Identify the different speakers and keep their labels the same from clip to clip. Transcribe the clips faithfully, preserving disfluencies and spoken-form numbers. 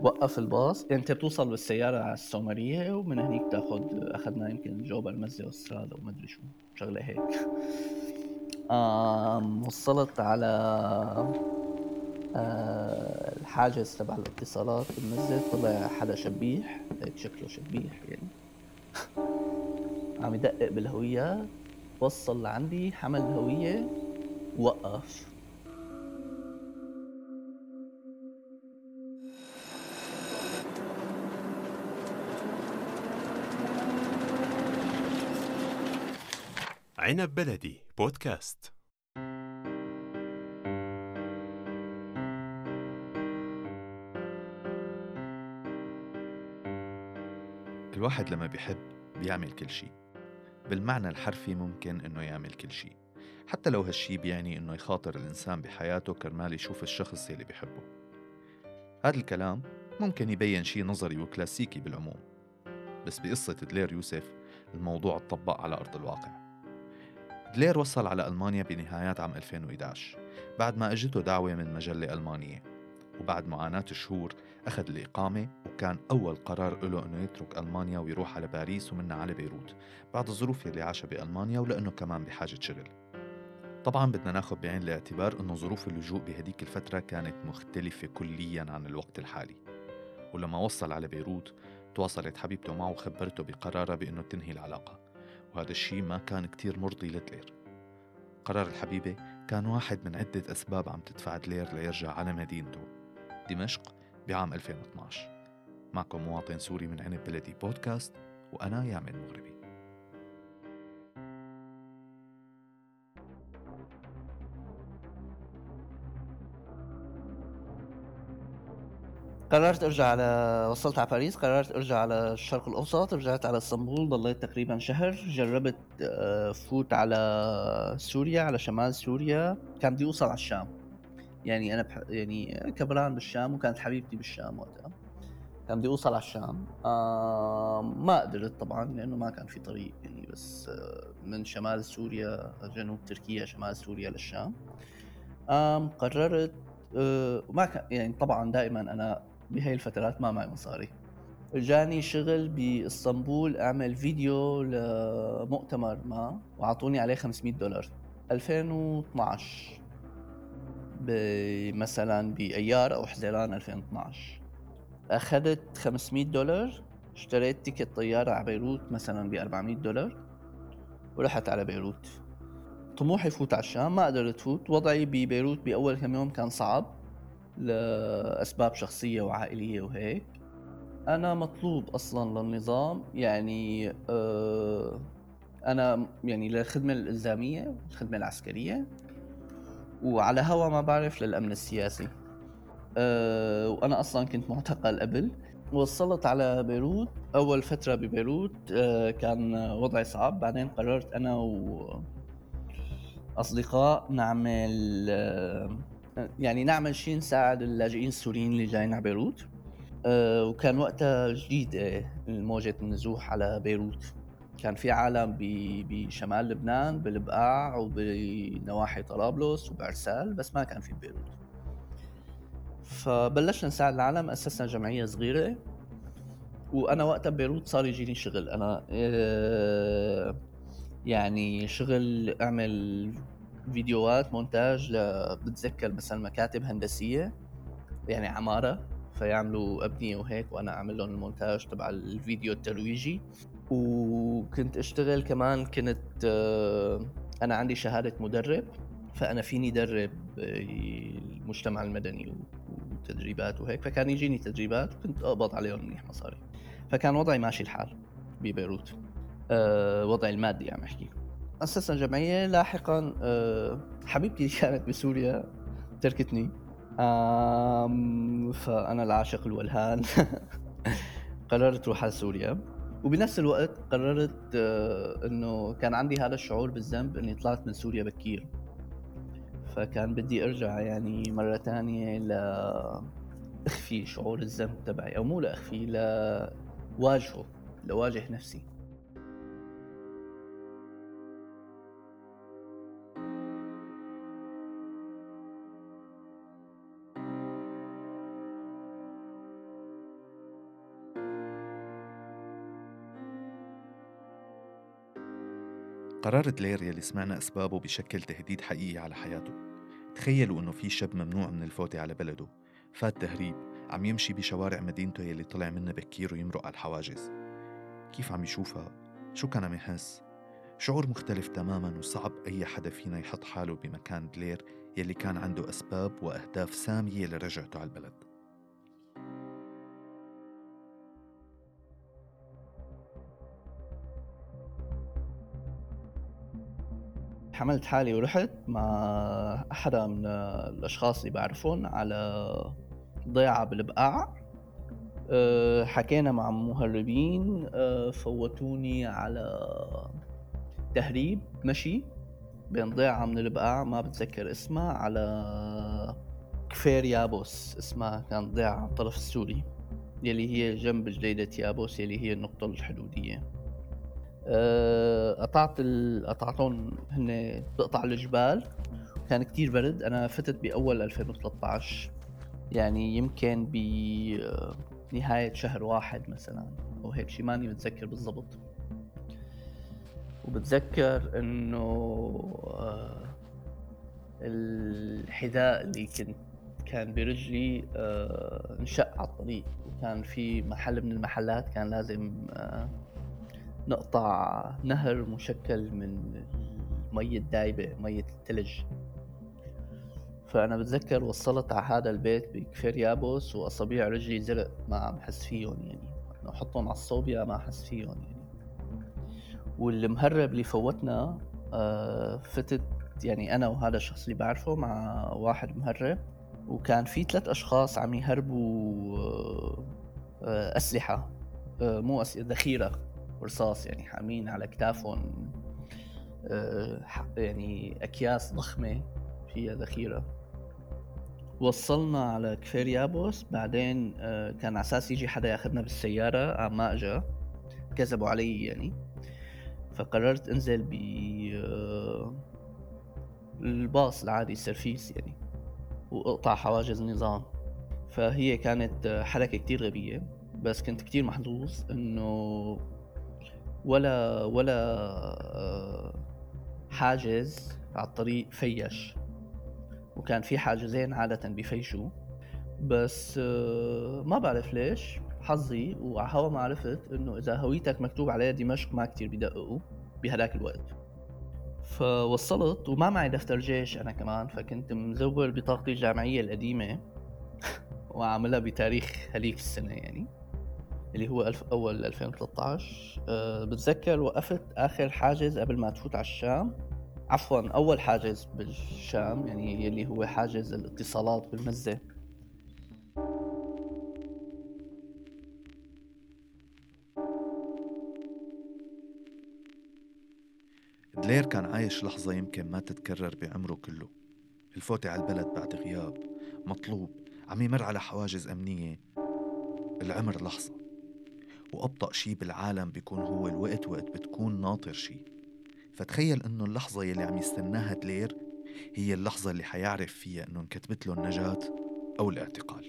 Speaker 1: وقف الباص. انت بتوصل بالسيارة على السومرية ومن هنيك تاخد، اخذنا يمكن جوبا المزة والسرادة وما ادري شو شغلة هيك. آم وصلت على آه الحاجز تبع الاتصالات بالمزة، طلع حدا شبيح هيك شكله شبيح يعني عم يدقق بالهويات. وصل لعندي، حمل الهوية، وقف.
Speaker 2: عنب بلدي بودكاست.
Speaker 3: الواحد لما بيحب بيعمل كل شيء، بالمعنى الحرفي ممكن إنه يعمل كل شيء، حتى لو هالشي بيعني إنه يخاطر الإنسان بحياته كرمال يشوف الشخص اللي بيحبه. هذا الكلام ممكن يبين شيء نظري وكلاسيكي بالعموم، بس بقصة دلير يوسف الموضوع اتطبق على أرض الواقع. دلير وصل على ألمانيا بنهايات عام ألفين وإحدى عشر بعد ما أجته دعوة من مجلة ألمانية، وبعد معاناة شهور أخذ الإقامة، وكان أول قرار له أنه يترك ألمانيا ويروح على باريس ومنها على بيروت بعد الظروف اللي عاشها بألمانيا، ولأنه كمان بحاجة شغل. طبعا بدنا ناخد بعين الاعتبار أنه ظروف اللجوء بهديك الفترة كانت مختلفة كليا عن الوقت الحالي. ولما وصل على بيروت تواصلت حبيبته معه وخبرته بقرارها بأنه تنهي العلاقة، وهذا الشيء ما كان كتير مرضي لدلير. قرار الحبيبة كان واحد من عدة أسباب عم تدفع دلير ليرجع على مدينته دمشق بعام ألفين واثني عشر. معكم مواطن سوري من عنب بلدي بودكاست، وأنا يامن مغربي.
Speaker 1: قررت ارجع على وصلت على باريس، قررت ارجع على الشرق الاوسط، رجعت على اسطنبول، ضليت تقريبا شهر. جربت آه، فوت على سوريا، على شمال سوريا. كان بدي اوصل على الشام، يعني انا بح... يعني كبران بالشام، وكانت حبيبتي بالشام وقتها. كان بدي اوصل على الشام. آه ما قدرت طبعا لانه ما كان في طريق يعني، بس آه من شمال سوريا جنوب تركيا شمال سوريا للشام. آم قررت آه وما كان يعني طبعا دائما انا بهاي الفترات ما معي مصاري. جاني شغل باسطنبول اعمل فيديو لمؤتمر ما، وعطوني عليه خمسمية دولار. ألفين واثناشر مثلا بايار او حزيران ألفين واثناشر اخذت خمسمية دولار، اشتريت تيكت طيارة على بيروت مثلا ب أربعمية دولار، ورحت على بيروت. طموحي فوت على الشام، ما قدرت فوت. وضعي ببيروت بأول كم يوم كان صعب لأسباب شخصية وعائلية وهيك. أنا مطلوب أصلا للنظام، يعني أه أنا يعني للخدمة الإلزامية، الخدمة العسكرية، وعلى هوا ما بعرف للأمن السياسي. أه وأنا أصلا كنت معتقل قبل. وصلت على بيروت. أول فترة ببيروت أه كان وضعي صعب. بعدين قررت أنا وأصدقاء نعمل أه يعني نعمل شيء نساعد اللاجئين السوريين اللي جايين على بيروت. أه وكان وقتها جديد موجة النزوح على بيروت. كان في عالم بشمال لبنان بالبقاع وبنواحي طرابلس وبعرسال، بس ما كان في بيروت. فبلشنا نساعد العالم، أسسنا جمعية صغيرة. وأنا وقتها ببيروت صار يجيني شغل أنا أه يعني شغل أعمل فيديوهات مونتاج ل... بتذكر مثلا مكاتب هندسية يعني عمارة، فيعملوا أبنية وهيك، وأنا أعمل لهم المونتاج تبع الفيديو الترويجي. وكنت أشتغل كمان، كنت أنا عندي شهادة مدرب، فأنا فيني درب المجتمع المدني وتدريبات وهيك، فكان يجيني تدريبات وكنت أقبض عليهم منيح مصاري. فكان وضعي ماشي الحال ببيروت. أه وضعي المادي عم أحكي. أسسنا جمعية. لاحقا أه حبيبتي كانت بسوريا تركتني. آم فأنا العاشق الولهان قررت روح على سوريا. وبنفس الوقت قررت آه إنه كان عندي هذا الشعور بالذنب إني طلعت من سوريا بكير، فكان بدي أرجع يعني مرة تانية لأخفي شعور الذنب تبعي، أو مو لأخفي، لواجهه، لواجه نفسي.
Speaker 3: قرار دلير يلي سمعنا أسبابه بشكل تهديد حقيقي على حياته. تخيلوا إنه في شاب ممنوع من الفوت على بلده، فات تهريب، عم يمشي بشوارع مدينته يلي طلع منها بكير ويمرق على الحواجز. كيف عم يشوفها؟ شو كان عم يحس؟ شعور مختلف تماماً، وصعب أي حدا فينا يحط حاله بمكان دلير يلي كان عنده أسباب وأهداف سامية لرجعته على البلد.
Speaker 1: حملت حالي ورحت مع أحد من الأشخاص اللي بعرفهم على ضيعة بالبقاع. أه حكينا مع مهربين، أه فوتوني على تهريب مشي بين ضيعة من البقاع ما بتذكر اسمها، على كفير يابوس اسمها، كانت ضيعة على الطرف السوري يلي هي جنب جديدة يابوس يلي هي النقطة الحدودية. قطعت ال... قطعتهم هن بقطع الجبال، كان كتير برد. أنا فتت بأول ألفين وثلاثة عشر، يعني يمكن بنهاية شهر واحد مثلا أو هيك شي، ماني متذكر بالضبط. وبتذكر إنه آه الحذاء اللي كنت كان برجلي آه انشق على الطريق، وكان في محل من المحلات كان لازم آه نقطع نهر مشكل من المية الدايبة، مية الثلج. فأنا بتذكر وصلت على هذا البيت بكفير يابوس وأصابيع رجلي زرق، ما عم حس فيهم، يعني نحطهم على الصوبيا ما حس فيهم يعني. والمهرب اللي فوتنا آه فتت يعني أنا وهذا الشخص اللي بعرفه مع واحد مهرب، وكان في ثلاث أشخاص عم يهربوا آه آه أسلحة، آه مو أسلحة، ذخيرة رصاص، يعني حامين على كتافهم آه يعني أكياس ضخمة فيها ذخيرة. وصلنا على كفير يابوس، بعدين آه كان عساس يجي حدا ياخدنا بالسيارة، عم ما اجا، كذبوا علي يعني. فقررت انزل ب آه الباص العادي السرفيس يعني، واقطع حواجز النظام. فهي كانت حركة كتير غبية، بس كنت كتير محظوظ انه ولا ولا آه حاجز على الطريق فيش، وكان في حاجزين عادة بيفيشوا، بس ما بعرف ليش حظي وعلى هوا ما عرفت انه اذا هويتك مكتوب عليها دمشق ما كتير بيدققوا بهداك الوقت. فوصلت وما معي دفتر جيش انا كمان، فكنت مزور بطاقتي الجامعية القديمة وعاملها بتاريخ هليك السنة يعني اللي هو ألف أول ألفين وثلاثة عشر. أه بتذكر وقفت آخر حاجز قبل ما تفوت على الشام، عفوا أول حاجز بالشام يعني اللي هو حاجز الاتصالات بالمزة.
Speaker 3: دلير كان عايش لحظة يمكن ما تتكرر بعمره كله، الفوتة على البلد بعد غياب، مطلوب، عم يمر على حواجز أمنية. العمر لحظة، وأبطأ شي بالعالم بيكون هو الوقت وقت بتكون ناطر شي. فتخيل إنه اللحظة يلي عم يستناها دلير هي اللحظة اللي حيعرف فيها إنه انكتبت له النجاة أو الاعتقال.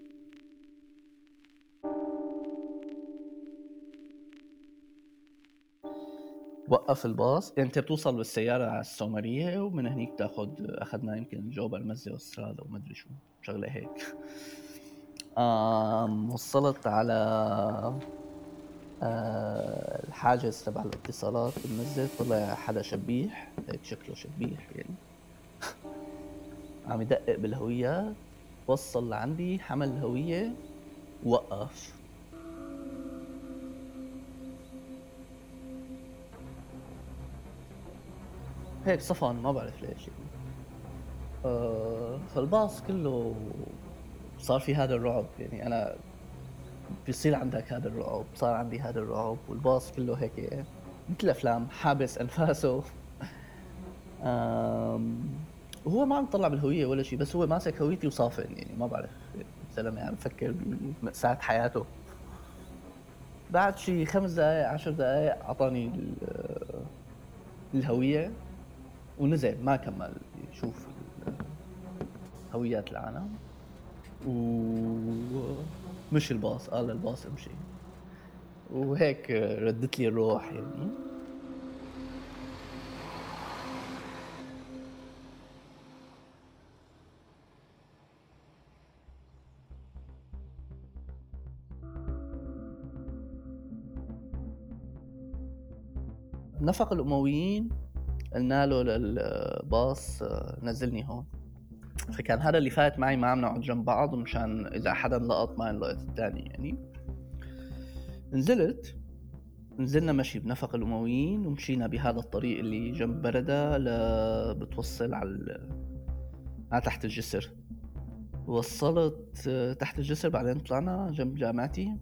Speaker 1: وقف الباص، انت بتوصل بالسيارة على السومرية ومن هنيك تاخد، اخذنا يمكن جوبا المزة والسرادة وما ادري شو شغلة هيك. آم وصلت على آه الحاجز تبع الاتصالات بالمزة، طلع حدا شبيح هيك شكله شبيح يعني عم يدقق بالهوية. وصل لعندي، حمل الهوية، وقف. هيك صفن ما بعرف ليش يعني. آه فالباص كله صار في هذا الرعب، يعني أنا بيصير عندك هذا الرعب، صار عندي هذا الرعب، والباص كله هيك مثل أفلام حابس أنفاسه. وهو ما عم يطلع بالهوية ولا شيء، بس هو ماسك هويتي وصافن، يعني ما بعرف زلمة عم فكر بمأساة حياته. بعد شي خمس دقايق عشر دقايق عطاني الهوية ونزل، ما كمل يشوف هويات العالم، ومشي الباص، قال للباص امشي، وهيك ردت لي الروح يعني. نفق الأمويين قلنا له للباص نزلني هون. فكان هذا اللي فات معي ما عم نقعد جنب بعض مشان إذا حدا لقط ما نلقط الثاني يعني. نزلت نزلنا مشي بنفق الأمويين ومشينا بهذا الطريق اللي جنب بردة ل... بتوصل على على تحت الجسر. وصلت تحت الجسر بعدين طلعنا جنب جامعتي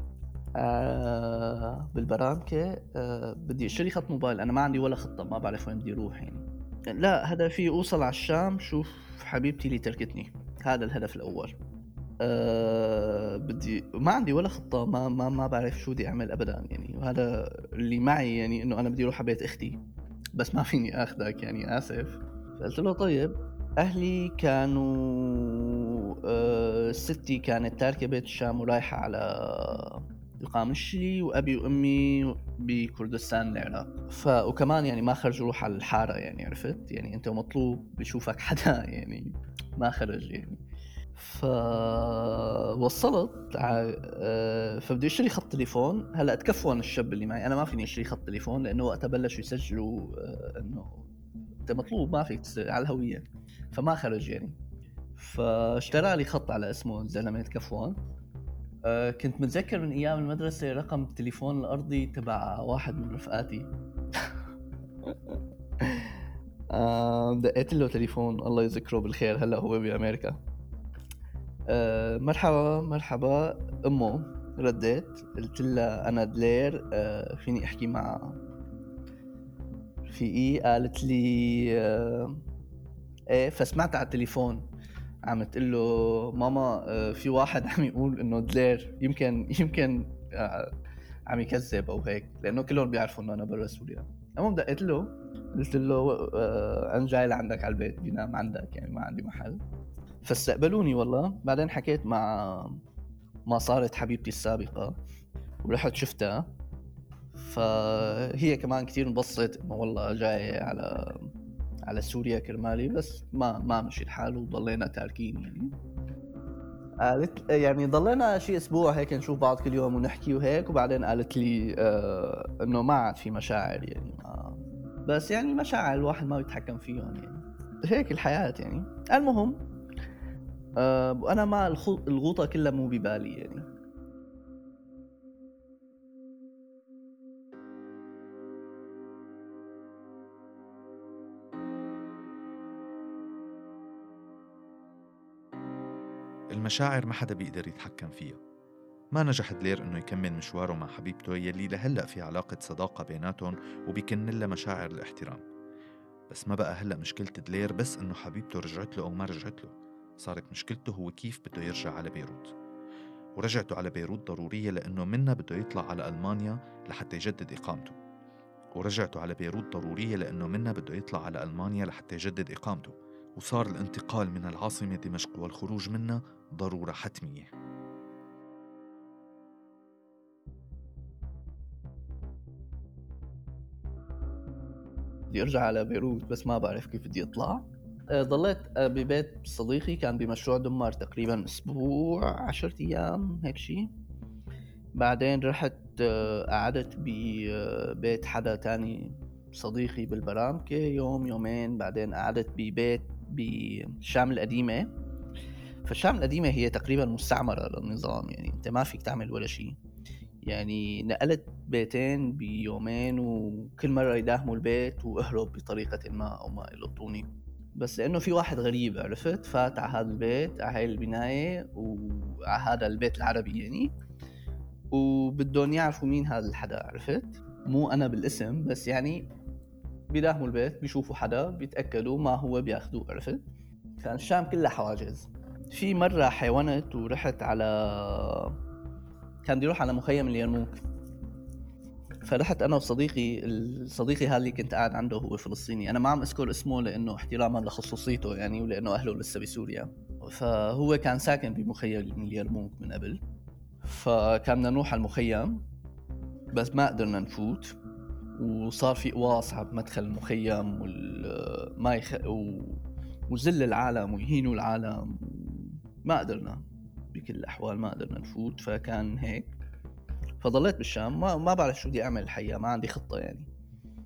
Speaker 1: آه بالبرامكة. آه بدي اشتري خط موبايل، انا ما عندي ولا خطة، ما بعرف وين بدي اروح يعني. لا هدفي اوصل على الشام شوف حبيبتي اللي تركتني، هذا الهدف الاول. أه بدي ما عندي ولا خطة، ما ما ما بعرف شو بدي اعمل ابدا يعني. وهذا اللي معي يعني انه انا بدي اروح على بيت اختي بس ما فيني اخذك يعني اسف. قلت له طيب. اهلي كانوا أه ستي كانت تاركة بيت الشام ورايحة على القامشلي، وابي وامي بكردستان العراق. ف وكمان يعني ما خرج روح على الحارة يعني، عرفت يعني انت مطلوب بشوفك حدا يعني ما خرج يعني. فوصلت ع... فبدي اشتري خط تليفون. هلا تكفون الشاب اللي معي، انا ما فيني اشتري خط تليفون لانه وقتها بلشوا يسجلوا انه انت مطلوب ما فيك تس... على الهوية، فما خرج يعني. فاشترى لي خط على اسمه الزلمة تكفون. أه كنت متذكر من ايام المدرسة رقم التليفون الارضي تبع واحد من رفقاتي. أه دقيت له تليفون الله يذكره بالخير، هلا هو بأمريكا. أه مرحبا مرحبا امه. رديت قلت لها انا دلير، أه فيني احكي معها في ايه؟ قالت لي أه ايه. فسمعت على التليفون عم تقول له ماما أه في واحد عم يقول انه دلير، يمكن يمكن أه عم يكذب او هيك، لانه كلهم بيعرفوا انه انا برا سوريا. المهم دقيت له قلت له أه انا جاي لعندك على البيت، بنام عندك يعني ما عندي محل. فاستقبلوني والله. بعدين حكيت مع ما صارت حبيبتي السابقة ورحت شفتها، فهي كمان كتير انبسطت انه والله جاي على على سوريا كرمالي، بس ما ما مشي الحال وضلينا تاركين يعني. قالت يعني ضلينا شيء اسبوع هيك نشوف بعض كل يوم ونحكي وهيك، وبعدين قالت لي آه انه ما عاد في مشاعر يعني، ما بس يعني مشاعر الواحد ما بيتحكم فيهم يعني، هيك الحياة يعني. المهم آه انا ما الغوطة كلها مو ببالي يعني.
Speaker 3: المشاعر ما حدا بيقدر يتحكم فيها. ما نجح دلير انه يكمل مشواره مع حبيبته يلي لهلأ في علاقة صداقة بيناتهم وبيكن لها مشاعر الاحترام. بس ما بقى هلأ مشكلة دلير بس انه حبيبته رجعت له او ما رجعت له، صارت مشكلته هو كيف بده يرجع على بيروت. ورجعته على بيروت ضرورية لأنه منها بده يطلع على ألمانيا لحتى يجدد إقامته. ورجعته على بيروت ضرورية لأنه منها بده يطلع على ألمانيا لحتى يجدد إقامته. وصار الانتقال من العاصمة دمشق والخروج منها ضرورة حتمية.
Speaker 1: بدي أرجع على بيروت بس ما بعرف كيف بدي أطلع. ضليت ببيت صديقي كان بمشروع دمار تقريبا أسبوع عشرة أيام هيك شي. بعدين رحت قعدت ببيت حدا تاني صديقي بالبرامكة يوم يومين. بعدين قعدت ببيت بالشام القديمة. فالشام القديمة هي تقريبا مستعمرة للنظام يعني، انت ما فيك تعمل ولا شيء يعني. نقلت بيتين بيومين وكل مرة يداهموا البيت واهرب بطريقة ما او ما يلطوني، بس لانه في واحد غريب عرفت فات على هذا البيت على هاي البناية وعلى هذا البيت العربي يعني، وبدهم يعرفوا مين هذا الحدا عرفت. مو انا بالاسم بس يعني بيداهموا البيت بيشوفوا حدا بيتأكدوا ما هو بياخدوه عرفت. كان الشام كلها حواجز. في مرة حيوانت ورحت على كان بدي اروح على مخيم اليرموك. فرحت انا وصديقي الصديقي هذا اللي كنت قاعد عنده هو فلسطيني، انا ما عم اذكر اسمه لانه احتراما لخصوصيته يعني ولانه اهله لسه بسوريا. فهو كان ساكن بمخيم اليرموك من قبل. فكان بدنا نروح على المخيم بس ما قدرنا نفوت، وصار في قواص على مدخل المخيم والما يخ... و... وزل العالم ويهينوا العالم. ما قدرنا بكل الأحوال ما قدرنا نفوت. فكان هيك فضليت بالشام ما, ما بعرف شو بدي أعمل الحقيقة، ما عندي خطة يعني.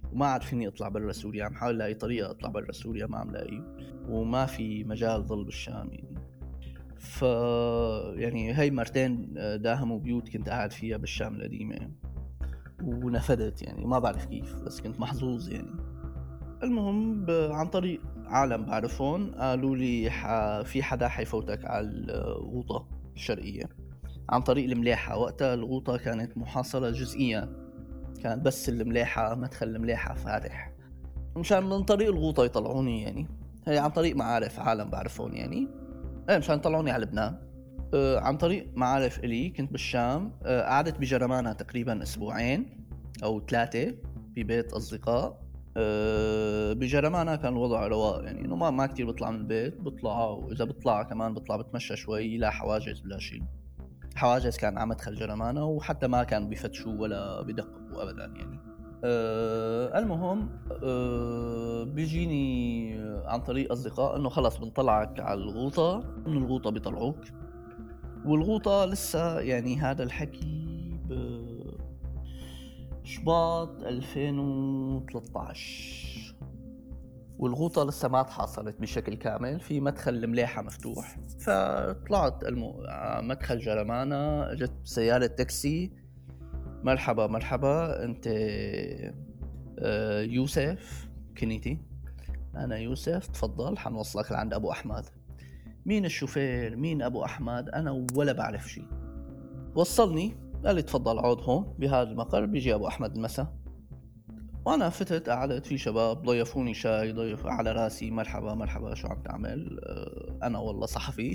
Speaker 1: وما عارف فيني اطلع برا سوريا، عم حاول لاقي طريقه اطلع برا سوريا ما عم لاقي، وما في مجال ضل بالشام يعني. ف يعني هاي مرتين داهموا بيوت كنت قاعد فيها بالشام القديمه ونفدت يعني، ما بعرف كيف بس كنت محظوظ يعني. المهم ب... عن طريق عالم بعرفهم قالوا لي ح... في حدا حيفوتك على الغوطة الشرقية عن طريق الملاحة. وقتها الغوطة كانت محاصرة جزئيا، كانت بس الملاحة مدخل الملاحة فاتح، مشان من طريق الغوطة يطلعوني يعني. هي عن طريق معارف عالم بعرفهم يعني، ايه مشان يطلعوني على لبنان. أه عن طريق معارف إلي كنت بالشام. أه قعدت بجرمانة تقريبا أسبوعين أو ثلاثة ببيت أصدقاء. أه بجرمانة كان الوضع رواق يعني، إنه ما ما كتير بطلع من البيت، بطلع وإذا بطلع كمان بطلع بتمشى شوي، لا حواجز ولا شيء. حواجز كان على مدخل جرمانة وحتى ما كان بيفتشوا ولا بيدققوا أبدا يعني. أه المهم أه بيجيني عن طريق أصدقاء إنه خلص بنطلعك على الغوطة، من الغوطة بيطلعوك. والغوطة لسه يعني هذا الحكي بشباط ألفين وثلاثة عشر، والغوطة لسه ما تحاصرت بشكل كامل، في مدخل الملاحة مفتوح. فطلعت المو... مدخل جرمانة، جت سيارة تاكسي، مرحبا مرحبا انت يوسف كنيتي؟ انا يوسف، تفضل حنوصلك لعند ابو احمد. مين الشوفير؟ مين ابو احمد؟ انا ولا بعرف شيء. وصلني قال لي تفضل اقعد هون بهذا المقر، بيجي ابو احمد المساء. وانا فتت قعدت، في شباب ضيفوني شاي، ضيف على راسي، مرحبا مرحبا شو عم تعمل؟ انا والله صحفي.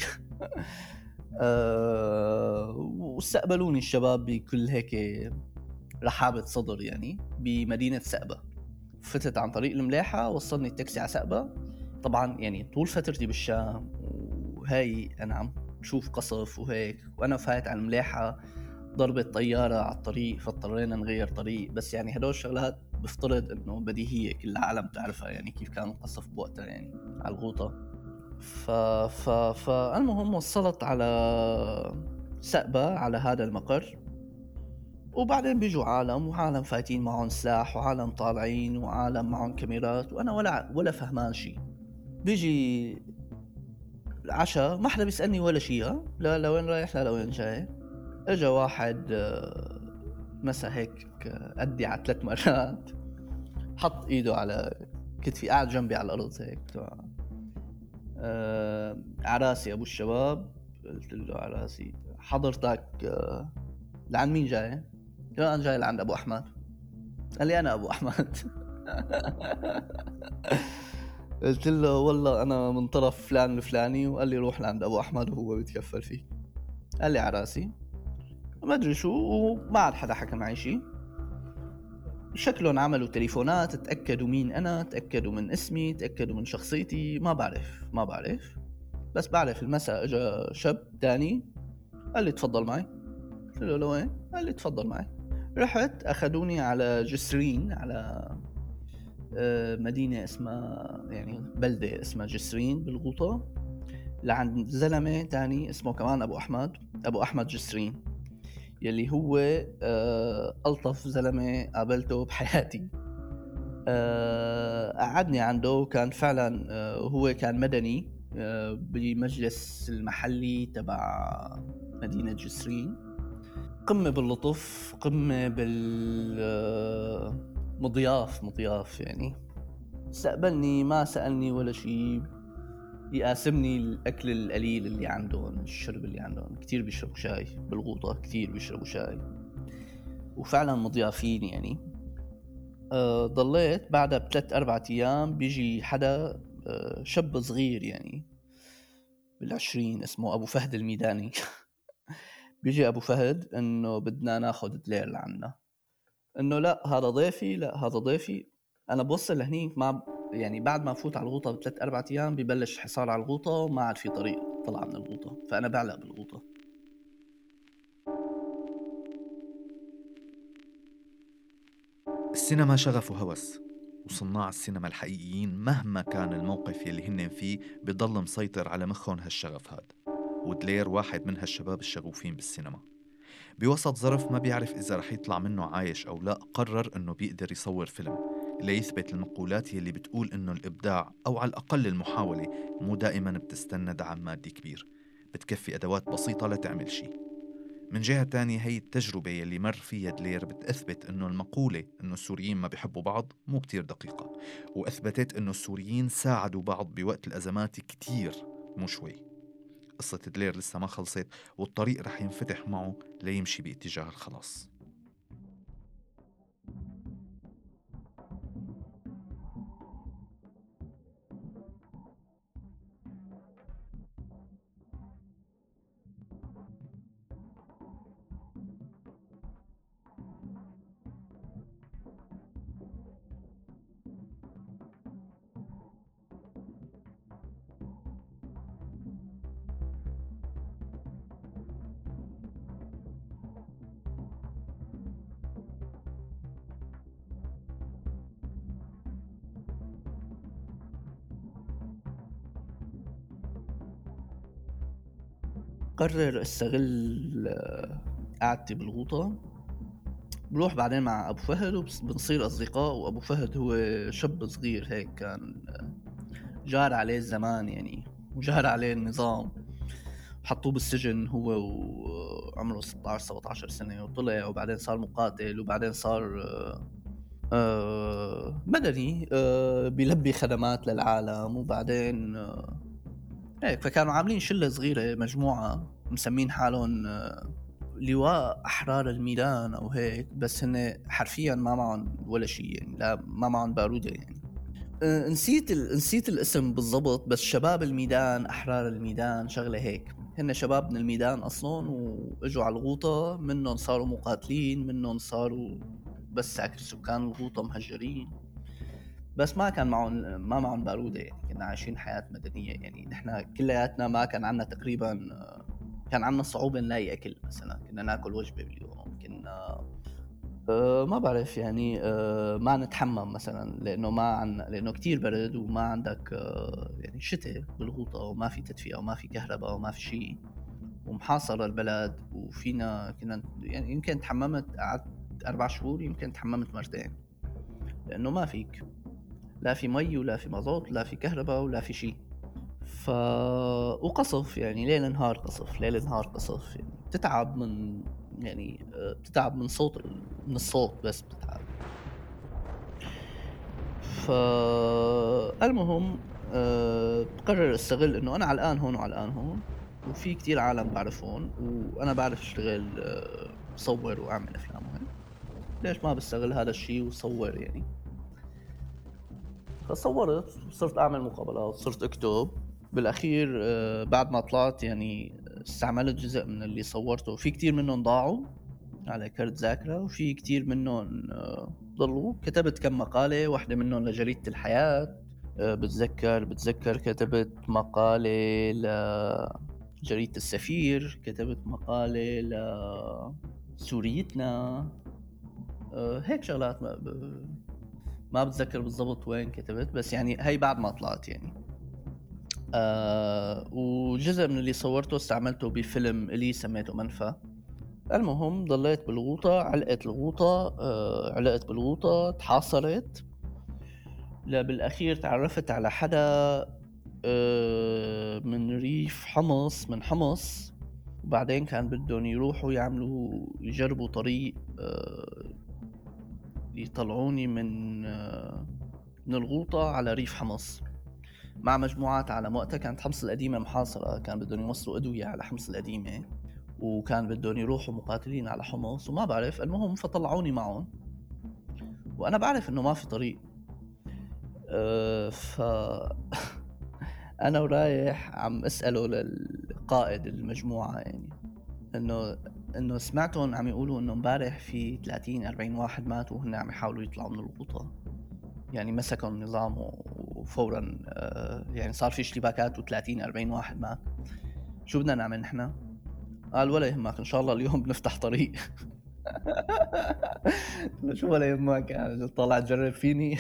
Speaker 1: واستقبلوني الشباب بكل هيك رحابة صدر يعني بمدينة سقبة. فتت عن طريق الملاحة، وصلني التاكسي على سقبة. طبعا يعني طول فترتي بالشام وهاي أنا عم بشوف قصف وهيك، وأنا فايت على الملاحة ضربت طيارة على الطريق، فاضطرينا نغير طريق. بس يعني هدول الشغلات بفترض إنه بديهية كل العالم تعرفها يعني، كيف كان القصف بوقتها يعني على الغوطة. ف... ف... فالمهم وصلت على سقبة على هذا المقر، وبعدين بيجوا عالم وعالم فايتين معهم سلاح، وعالم طالعين، وعالم معهم كاميرات، وانا ولا ولا فهمان شيء. بيجي العشاء ما حدا بيسألني ولا شيء، لا لوين رايح لا لوين جاي. اجا واحد مسا هيك أدي على ثلاث مرات، حط ايده على كتفي، قاعد جنبي على الارض هيك. أه عراسي ابو الشباب. قلت له عراسي حضرتك أه لعند مين جاي؟ لا أنا جاي لعند أبو أحمد. قال لي أنا أبو أحمد. قلت له والله أنا من طرف فلان الفلاني، وقال لي روح لعند أبو أحمد وهو بيتكفل فيه. قال لي عراسي ما أدري شو، وما عاد حدا حكى معي شيء. شكلهم عملوا تليفونات، تأكدوا مين أنا، تأكدوا من اسمي، تأكدوا من شخصيتي، ما بعرف ما بعرف بس بعرف المساء اجا شاب تاني قال لي تفضل معي. قلت له لوين؟ قال لي تفضل معي. رحت أخذوني على جسرين، على مدينة اسمها يعني بلدة اسمها جسرين بالغوطة، لعند زلمة تاني اسمه كمان أبو أحمد، أبو أحمد جسرين، يلي هو ألطف زلمة قابلته بحياتي. قعدني عنده، كان فعلا هو كان مدني بمجلس المحلي تبع مدينة جسرين. قمة باللطف، قمة بالمضياف، مضياف يعني. استقبلني ما سألني ولا شيء، يقاسمني الأكل القليل اللي عندهم، الشرب اللي عندهم. كتير بيشربوا شاي بالغوطة، كتير بيشربوا شاي، وفعلا مضيافين يعني. أه ضليت بعدها بثلاث أربعة أيام بيجي حدا أه شاب صغير يعني بالعشرين اسمه أبو فهد الميداني. بيجي أبو فهد إنه بدنا ناخد دلير لعنا، إنه لا هذا ضيفي، لا هذا ضيفي. أنا بوصل لهنيك ما يعني بعد ما أفوت على الغوطة بثلاث أربعة أيام ببلش حصار على الغوطة، وما عاد في طريق طلع من الغوطة، فأنا بعلق بالغوطة.
Speaker 3: السينما شغف وهوس، وصناع السينما الحقيقيين مهما كان الموقف يلي هن فيه بيضل مسيطر على مخهم هالشغف هاد. ودلير واحد من هالشباب الشغوفين بالسينما. بوسط ظرف ما بيعرف إذا رح يطلع منه عايش أو لا، قرر إنه بيقدر يصور فيلم ليثبت المقولات يلي بتقول إنه الإبداع أو على الأقل المحاولة مو دائما بتستنى دعم مادي كبير، بتكفي أدوات بسيطة لتعمل شي. من جهة تانية هي التجربة يلي مر فيها دلير بتأثبت إنه المقولة إنه السوريين ما بيحبوا بعض مو كتير دقيقة، وأثبتت إنه السوريين ساعدوا بعض بوقت الأزمات كتير مو شوي. قصة دلير لسه ما خلصت، والطريق رح ينفتح معه ليمشي باتجاه الخلاص.
Speaker 1: قرر استغل آه، قعدتي بالغوطة، بروح بعدين مع أبو فهد وبنصير أصدقاء. وأبو فهد هو شاب صغير هيك، كان آه، جار عليه الزمان يعني، وجار عليه النظام. حطوه بالسجن هو وعمره ستة عشر سبعة عشر سنة، وطلع وبعدين صار مقاتل، وبعدين صار آه، آه، مدني آه، بيلبي خدمات للعالم. وبعدين آه، هيك فكانوا عاملين شلة صغيرة، مجموعة مسمين حالهم آه، لواء أحرار الميدان أو هيك، بس هن حرفيا ما معهم ولا شيء يعني، لا ما معهم بارودة يعني. أه نسيت ال... نسيت الاسم بالضبط، بس شباب الميدان، أحرار الميدان، شغلة هيك. هن شباب من الميدان أصلا، وإجوا على الغوطة، منهم صاروا مقاتلين، منهم صاروا بس سكان الغوطة مهجرين، بس ما كان معهم ما معهم بارودة يعني. كنا عايشين حياة مدنية يعني. نحن كلياتنا ما كان عنا تقريبا، كان عنا صعوبة نلاقي أكل مثلا. كنا ناكل وجبة باليوم، كنا أه ما بعرف يعني أه ما نتحمم مثلا، لأنه ما عنا، لأنه كتير برد وما عندك أه يعني شتاء بالغوطة، وما في تدفئة وما في كهرباء وما في شيء، ومحاصرة البلد. وفينا كنا يعني يمكن تحممت، قعدت أربع شهور يمكن تحممت مرتين، لأنه ما فيك، لا في مي ولا في مازوت لا في كهرباء ولا في شيء. ف وقصف يعني، ليل نهار قصف، ليل نهار قصف يعني. بتتعب من يعني بتتعب من صوت، من الصوت بس بتتعب. فالمهم أه بقرر استغل انه انا على الان هون وعلى الان هون، وفي كتير عالم بعرفهم، وانا بعرف اشتغل أه صور واعمل افلام وهيك. ليش ما بستغل هذا الشيء وصور يعني؟ فصورت، صرت اعمل مقابلات، صرت اكتب. بالاخير أه بعد ما طلعت يعني استعملت جزء من اللي صورته. في كتير منهم ضاعوا على كرت ذاكرة، وفي كتير منهم أه ضلوا. كتبت كم مقالة، واحدة منهم لجريدة الحياة. أه بتذكر بتذكر كتبت مقالة لجريدة السفير، كتبت مقالة لسوريتنا. أه هيك شغلات ما ب... ما بتذكر بالضبط وين كتبت، بس يعني هاي بعد ما طلعت يعني. آه وجزء من اللي صورته استعملته بفيلم إلي سميته منفى. المهم ضليت بالغوطة، علقت الغوطة، آه علقت بالغوطة، تحاصرت. لا بالأخير تعرفت على حدا آه من ريف حمص، من حمص. وبعدين كان بدهم يروحوا يعملوا يجربوا طريق آه يطلعوني من آه من الغوطة على ريف حمص مع مجموعات عالم. وقتها كانت حمص القديمة محاصرة، كان بدهم يوصلوا أدوية على حمص القديمة، وكان بدهم يروحوا مقاتلين على حمص وما بعرف. المهم فطلعوني معهم، وأنا بعرف إنه ما في طريق. أه ف أنا ورايح عم أسأله للقائد المجموعة يعني إنه إنه سمعتهم عم يقولوا إنه مبارح في ثلاثين أربعين واحد ماتوا وهن عم يحاولوا يطلعوا من الغوطة. يعني مسكوا النظام وفورا يعني صار في اشتباكات وثلاثين أربعين واحد مات. شو بدنا نعمل نحن؟ قال ولا يهمك، إن شاء الله اليوم بنفتح طريق. شو ولا يهمك يعني، طلع تجرب فيني.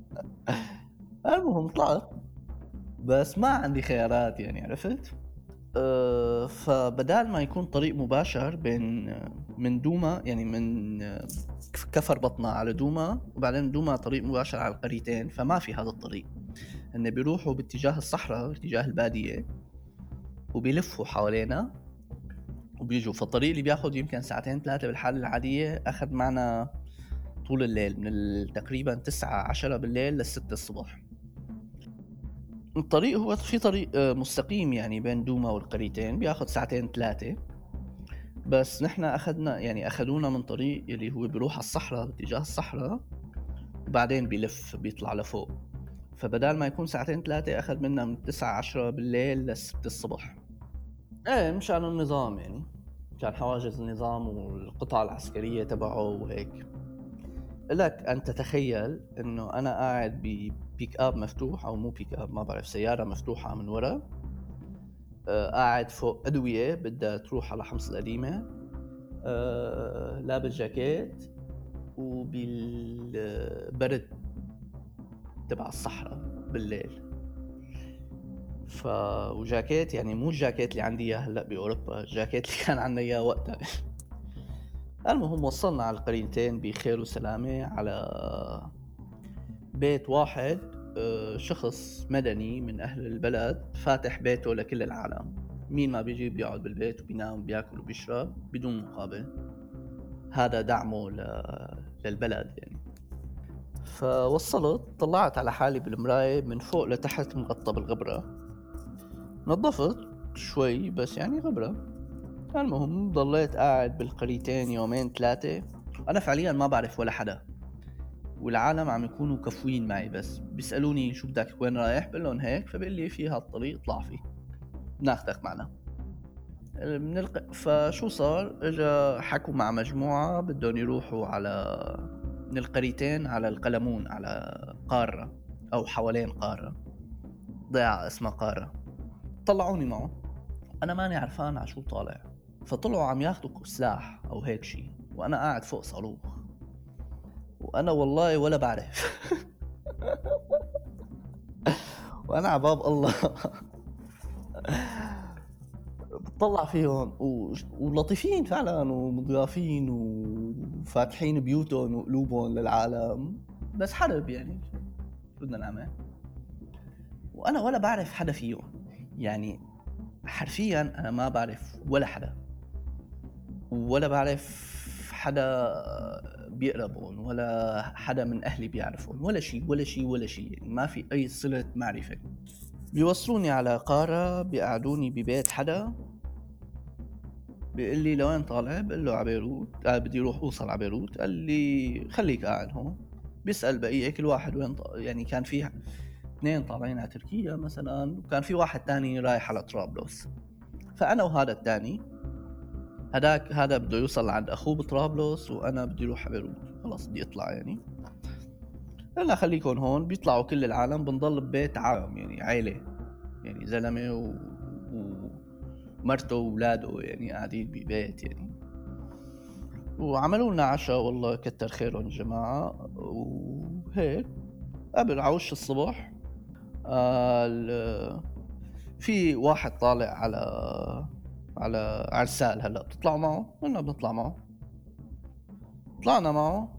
Speaker 1: المهم طلعت، بس ما عندي خيارات يعني، عرفت؟ أه فبدال ما يكون طريق مباشر بين من دوما يعني من كفر بطنة على دوما وبعدين دوما طريق مباشر على القريتين، فما في هذا الطريق. إن بيروحوا باتجاه الصحراء اتجاه البادية وبيلفوا حوالينا وبيجوا. فالطريق اللي بياخد يمكن ساعتين ثلاثة بالحالة العادية أخذ معنا طول الليل من تقريبا تسعة عشرة بالليل للستة الصبح. الطريق هو في طريق مستقيم يعني بين دوما والقريتين بياخد ساعتين ثلاثة، بس نحن أخذنا يعني أخذونا من طريق اللي هو بيروح على الصحراء باتجاه الصحراء وبعدين بيلف بيطلع لفوق. فبدال ما يكون ساعتين ثلاثة أخذ منا من تسعة عشرة بالليل للستة الصبح. ايه مشان النظام يعني مشان حواجز النظام والقطع العسكرية تبعه وهيك. لك أن تتخيل إنه أنا قاعد ببيك أب مفتوح أو مو بيك أب ما بعرف سيارة مفتوحة من وراء، آه قاعد فوق أدوية بدها تروح على حمص القديمة، آه لابس جاكيت وبالبرد تبع الصحراء بالليل. ف وجاكيت يعني مو الجاكيت اللي عندي اياه هلا باوروبا، الجاكيت اللي كان عندنا اياه وقتها. المهم وصلنا على القريتين بخير وسلامة على بيت واحد، شخص مدني من أهل البلد فاتح بيته لكل العالم، مين ما بيجي بيقعد بالبيت وبينام وبياكل وبيشرب بدون مقابل. هذا دعمه للبلد يعني. فوصلت طلعت على حالي بالمراية من فوق لتحت مغطى بالغبرة، نظفت شوي بس يعني غبرة. المهم ضليت قاعد بالقريتين يومين ثلاثة، أنا فعليا ما بعرف ولا حدا والعالم عم يكونوا كفوين معي، بس بيسألوني شو بدك وين رايح بقول لهم هيك، فبقول لي في هالطريق اطلع فيه ناخدك معنا من الق... فشو صار اجا حكوا مع مجموعة بدهم يروحوا على من القريتين على القلمون على قارة أو حوالين قارة ضيعة اسمها قارة. طلعوني معه أنا ماني عرفان على شو طالع، فطلعوا عم ياخدوا سلاح أو هيك شي وأنا قاعد فوق صاروخ وأنا والله ولا بعرف. وأنا عباب الله بتطلع فيهم و... ولطيفين فعلا ومضيافين وفاتحين بيوتهم وقلوبهم للعالم، بس حرب يعني بدنا نعمل. وأنا ولا بعرف حدا فيهم يعني حرفيا أنا ما بعرف ولا حدا ولا بعرف حدا بيقربون ولا حدا من أهلي بيعرفون ولا شيء ولا شيء ولا شيء يعني ما في أي صلة معرفة. بيوصلوني على قارة بيقعدوني ببيت حدا بيقول لي لوين طالع؟ بقول له على بيروت. آه بدي أروح أوصل على بيروت. قال لي خليك قاعد هون. بيسأل بقية كل واحد وين ط... يعني كان في اثنين طالعين على تركيا مثلا وكان في واحد تاني رايح على طرابلس. فأنا وهذا التاني هداك هذا بده يوصل عند أخوه بطرابلس وأنا بدي أروح على بيروت خلاص بدي أطلع يعني. قلنا خليكن هون. بيطلعوا كل العالم بنضل ببيت عام يعني عائلة يعني زلمة و... ومرته وولاده يعني قاعدين ببيت يعني. وعملوا لنا عشاء والله كتر خيرهم الجماعة وهيك. قبل عوش الصبح آه في واحد طالع على على عرسال هلا بتطلعوا معه؟ قلنا بنطلع معه. طلعنا معه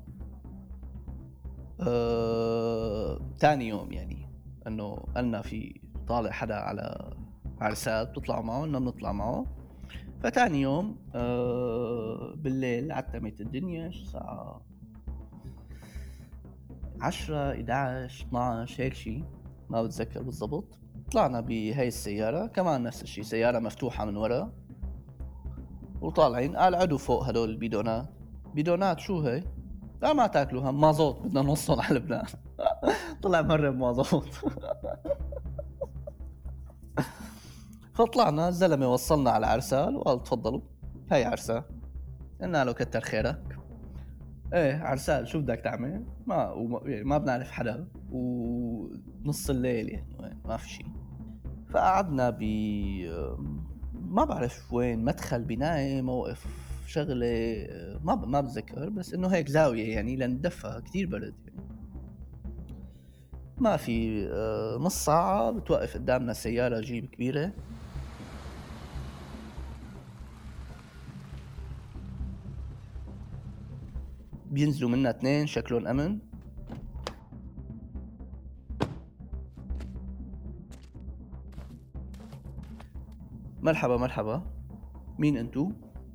Speaker 1: آه... تاني يوم يعني انه قلنا في طالع حدا على عرسال بتطلعوا معه قلنا بنطلع معه. فتاني يوم آه... بالليل عتمت الدنيا الساعة عشرة إحدعش اثناعش هيك شي ما بتذكر بالضبط. طلعنا بهاي السيارة كمان نفس الشي سيارة مفتوحة من ورا وطالعين. قال عدوا فوق هدول البيدونات. بيدونات شو هي؟ لا ما تاكلوها مازوت بدنا نوصل على لبنان. طلع مرة مازوت. فطلعنا الزلمة وصلنا على عرسال وقال تفضلوا هاي عرسال. قلنا له كتر خيرك. ايه عرسال شو بدك تعمل؟ ما وما يعني ما بنعرف حدا ونص الليل يعني ما في شي. فقعدنا ب ما بعرف وين مدخل بناية موقف شغلة ما ب... ما بتذكر بس انه هيك زاوية يعني لندفى كتير برد يعني. ما في نص ساعة بتوقف قدامنا سيارة جيب كبيرة بينزلوا منها اثنين شكلهم أمن. مرحبا مرحبا، مين انتو؟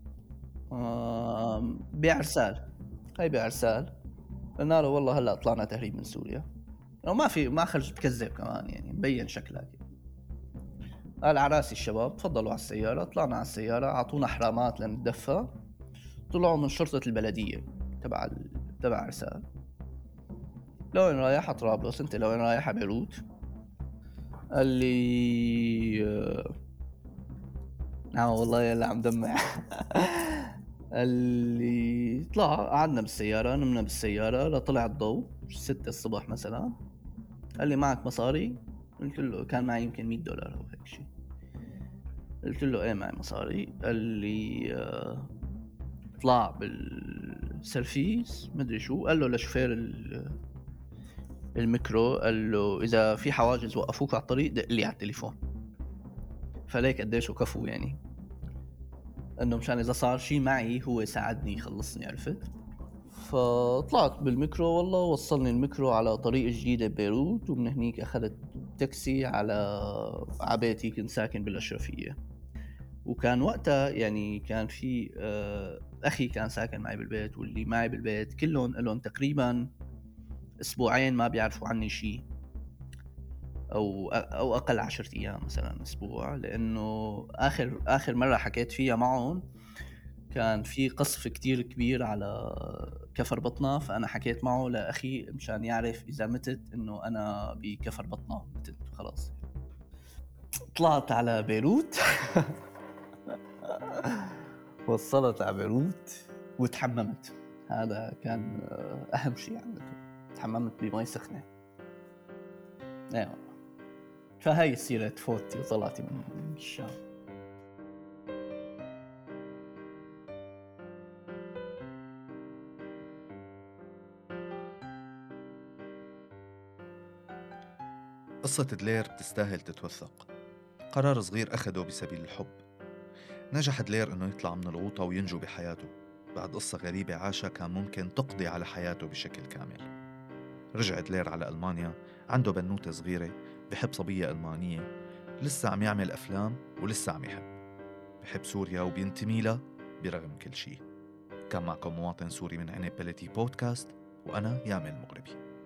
Speaker 1: آه بعرسال. هاي بعرسال. قلنا له والله هلا طلعنا تهريب من سوريا، وما في ما خرج بكذب كمان يعني مبين شكلك. قال عراسي الشباب تفضلوا على السيارة. طلعنا على السيارة، عطونا حرامات لنتدفى. طلعوا من شرطة البلدية تبع ال... تبع عرسال. لوين رايح؟ طرابلس. انت لوين رايح؟ بيروت. قال لي اه آه والله يلا عم دمع. قال لي طلع، قعدنا بالسيارة، نمنا بالسيارة لطلع الضوء ستة الصبح مثلا. قال لي معك مصاري؟ قلت له كان معي يمكن مية دولار او هيك شيء. قلت له ايه معي مصاري. قال لي آه طلع بالسيرفيس مدري شو، قال له لشوفير الميكرو، قال له اذا في حواجز وقفوك على الطريق دق لي على التليفون. فليك قديش وكفو يعني، انه مشان اذا صار شيء معي هو ساعدني يخلصني. عرفت؟ فطلعت بالميكرو، والله وصلني الميكرو على طريق جديدة ببيروت، ومن هنيك اخذت تاكسي على عبيتي. كنت ساكن بالاشرفية، وكان وقتها يعني كان في اخي كان ساكن معي بالبيت، واللي معي بالبيت كلهم لهم تقريبا اسبوعين ما بيعرفوا عني شيء، او او اقل عشرة ايام مثلا اسبوع، لانه اخر اخر مره حكيت فيها معهم كان في قصف كتير كبير على كفر بطنة. فانا حكيت معه لاخي مشان يعرف اذا متت انه انا بكفر بطنة متت خلاص. طلعت على بيروت. وصلت على بيروت وتحممت. هذا كان اهم شيء عندي، تحممت بمي سخنه. ايوه. فهي سيرة فوتي وطلعتي من الشام.
Speaker 3: قصة دلير بتستاهل تتوثق. قرار صغير أخده بسبيل الحب. نجح دلير إنه يطلع من الغوطة وينجو بحياته بعد قصة غريبة عاشها كان ممكن تقضي على حياته بشكل كامل. رجع دلير على ألمانيا، عنده بنوتة صغيرة، بحب صبية ألمانية، لسه عم يعمل أفلام ولسه عم يحب. بحب سوريا وبينتمي لها برغم كل شيء. كان معكم مواطن سوري من عنب بلدي بودكاست، وأنا يامل المغربي.